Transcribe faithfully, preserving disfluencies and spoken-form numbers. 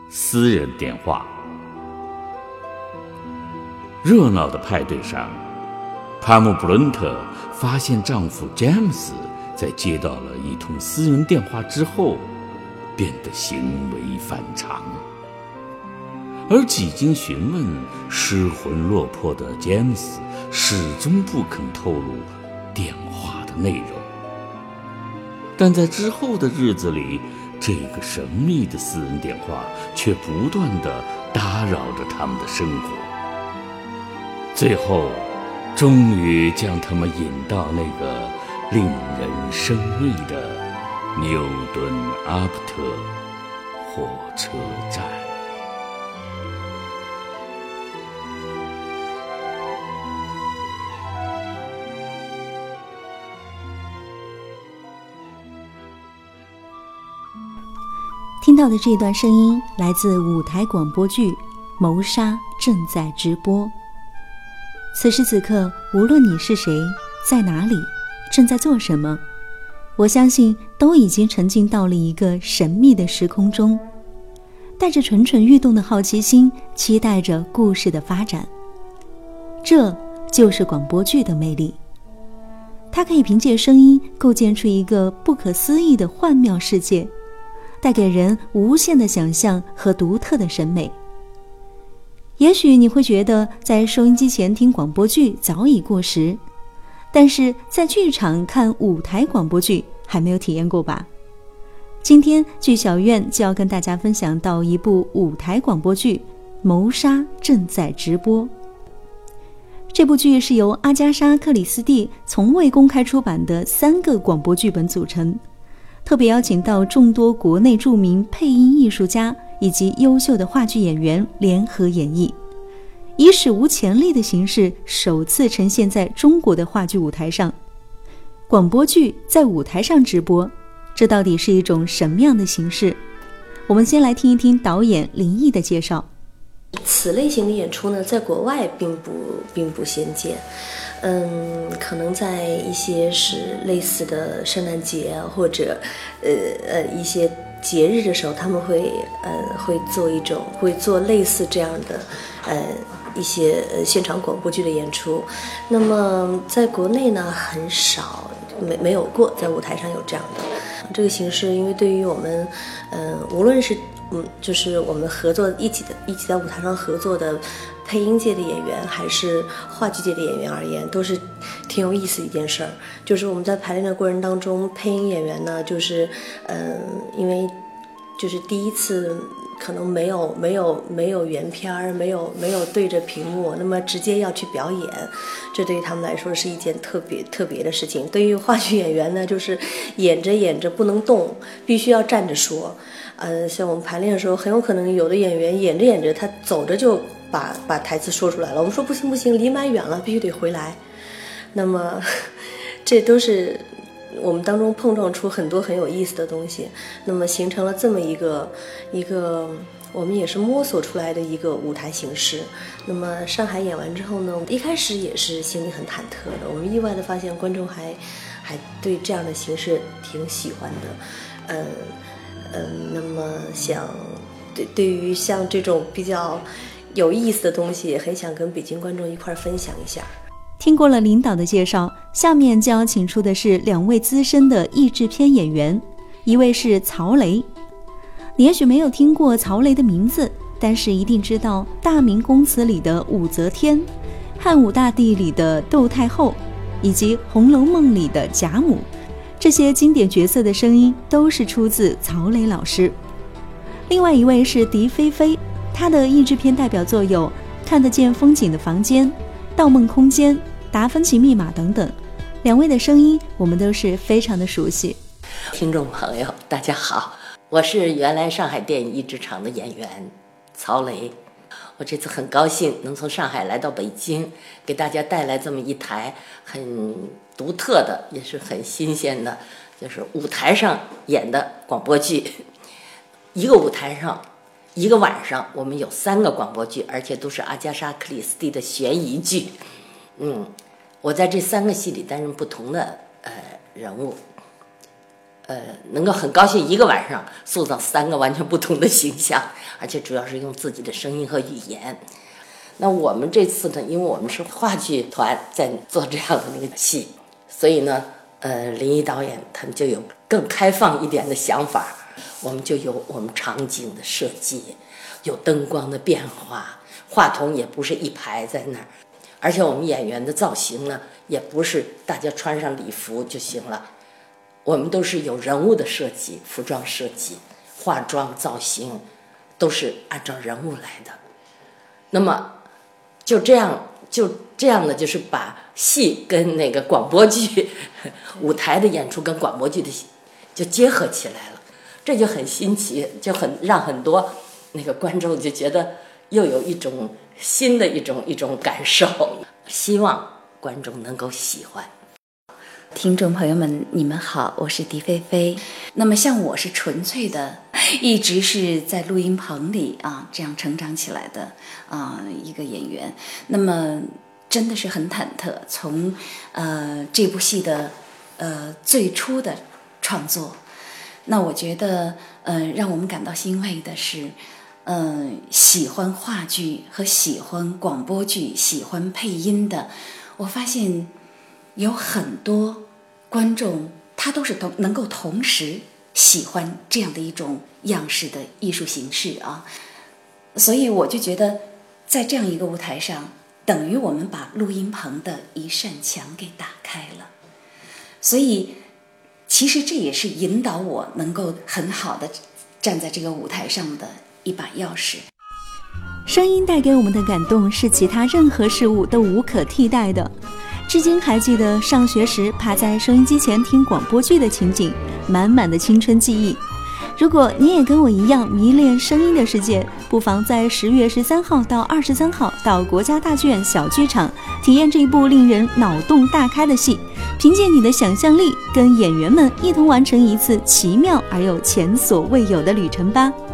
私人电话。热闹的派对上，帕姆布伦特发现丈夫詹姆斯在接到了一通私人电话之后变得行为反常，而几经询问，失魂落魄的詹姆斯始终不肯透露电话的内容。但在之后的日子里，这个神秘的私人电话却不断地打扰着他们的生活，最后终于将他们引到那个令人生畏的牛顿阿普特火车站。 听到的这段声音来自舞台广播剧《谋杀》，正在直播。此时此刻，无论你是谁，在哪里，正在做什么，我相信都已经沉浸到了一个神秘的时空中，带着蠢蠢欲动的好奇心，期待着故事的发展。这就是广播剧的魅力，它可以凭借声音构建出一个不可思议的幻妙世界，带给人无限的想象和独特的审美。也许你会觉得在收音机前听广播剧早已过时，但是在剧场看舞台广播剧还没有体验过吧？今天剧小院就要跟大家分享到一部舞台广播剧《谋杀》正在直播。这部剧是由阿加莎·克里斯蒂从未公开出版的三个广播剧本组成，特别邀请到众多国内著名配音艺术家以及优秀的话剧演员联合演绎，以史无前例的形式首次呈现在中国的话剧舞台上。广播剧在舞台上直播，这到底是一种什么样的形式？我们先来听一听导演林毅的介绍。 此类型的演出呢，在国外并不并不鲜见。嗯，可能在一些是类似的圣诞节或者呃呃一些节日的时候，他们会呃会做一种会做类似这样的呃一些呃现场广播剧的演出。那么在国内呢，很少没没有过在舞台上有这样的这个形式，因为对于我们嗯、呃、无论是嗯，就是我们合作一起的，一起在舞台上合作的配音界的演员，还是话剧界的演员而言，都是挺有意思的一件事儿。就是我们在排练的过程当中，配音演员呢，就是嗯、呃，因为就是第一次可能没有没有没有原片儿，没有没有对着屏幕，那么直接要去表演，这对于他们来说是一件特别特别的事情。对于话剧演员呢，就是演着演着不能动，必须要站着说。呃，像我们排练的时候，很有可能有的演员演着演着，他走着就把把台词说出来了。我们说不行不行，离蛮远了，必须得回来。那么，这都是我们当中碰撞出很多很有意思的东西。那么形成了这么一个一个我们也是摸索出来的一个舞台形式。那么上海演完之后呢，一开始也是心里很忐忑的。我们意外的发现观众还还对这样的形式挺喜欢的。嗯。嗯，那么想对对于像这种比较有意思的东西，也很想跟北京观众一块分享一下。 听过了领导的介绍，下面将要请出的是两位资深的译制片演员，一位是曹雷。你也许没有听过曹雷的名字，但是一定知道《大明宫词》里的武则天，《汉武大帝》里的窦太后，以及《红楼梦》里的贾母。这些经典角色的声音都是出自曹雷老师。另外一位是狄菲菲，她的译制片代表作有《看得见风景的房间》、《盗梦空间》、《达芬奇密码》等等。两位的声音我们都是非常的熟悉。 听众朋友大家好，我是原来上海电影译制厂的演员曹雷。我这次很高兴能从上海来到北京，给大家带来这么一台很独特的，也是很新鲜的，就是舞台上演的广播剧。一个舞台上，一个晚上，我们有三个广播剧，而且都是阿加莎·克里斯蒂的悬疑剧。嗯，我在这三个戏里担任不同的呃人物。 呃，能够很高兴一个晚上塑造三个完全不同的形象，而且主要是用自己的声音和语言。那我们这次呢，因为我们是话剧团在做这样的那个戏，所以呢，呃，林毅导演他们就有更开放一点的想法，我们就有我们场景的设计，有灯光的变化，话筒也不是一排在那儿，而且我们演员的造型呢，也不是大家穿上礼服就行了。我们都是有人物的设计，服装设计、化妆、造型，都是按照人物来的。那么，就这样，就这样的，就是把戏跟那个广播剧、舞台的演出跟广播剧的就结合起来了，这就很新奇，就很让很多那个观众就觉得又有一种新的一种一种感受，希望观众能够喜欢。 听众朋友们，你们好，我是狄菲菲。那么像我是纯粹的，一直是在录音棚里啊这样成长起来的啊一个演员。那么真的是很忐忑，从呃这部戏的呃最初的创作，那我觉得呃让我们感到欣慰的是，呃喜欢话剧和喜欢广播剧、喜欢配音的，我发现有很多观众他都是同能够同时喜欢这样的一种样式的艺术形式啊，所以我就觉得在这样一个舞台上，等于我们把录音棚的一扇墙给打开了，所以其实这也是引导我能够很好的站在这个舞台上的一把钥匙。 声音带给我们的感动是其他任何事物都无可替代的。至今还记得上学时趴在收音机前听广播剧的情景，满满的青春记忆。如果你也跟我一样迷恋声音的世界，不妨在十月十三号到二十三号到国家大剧院小剧场体验这一部令人脑洞大开的戏，凭借你的想象力跟演员们一同完成一次奇妙而又前所未有的旅程吧。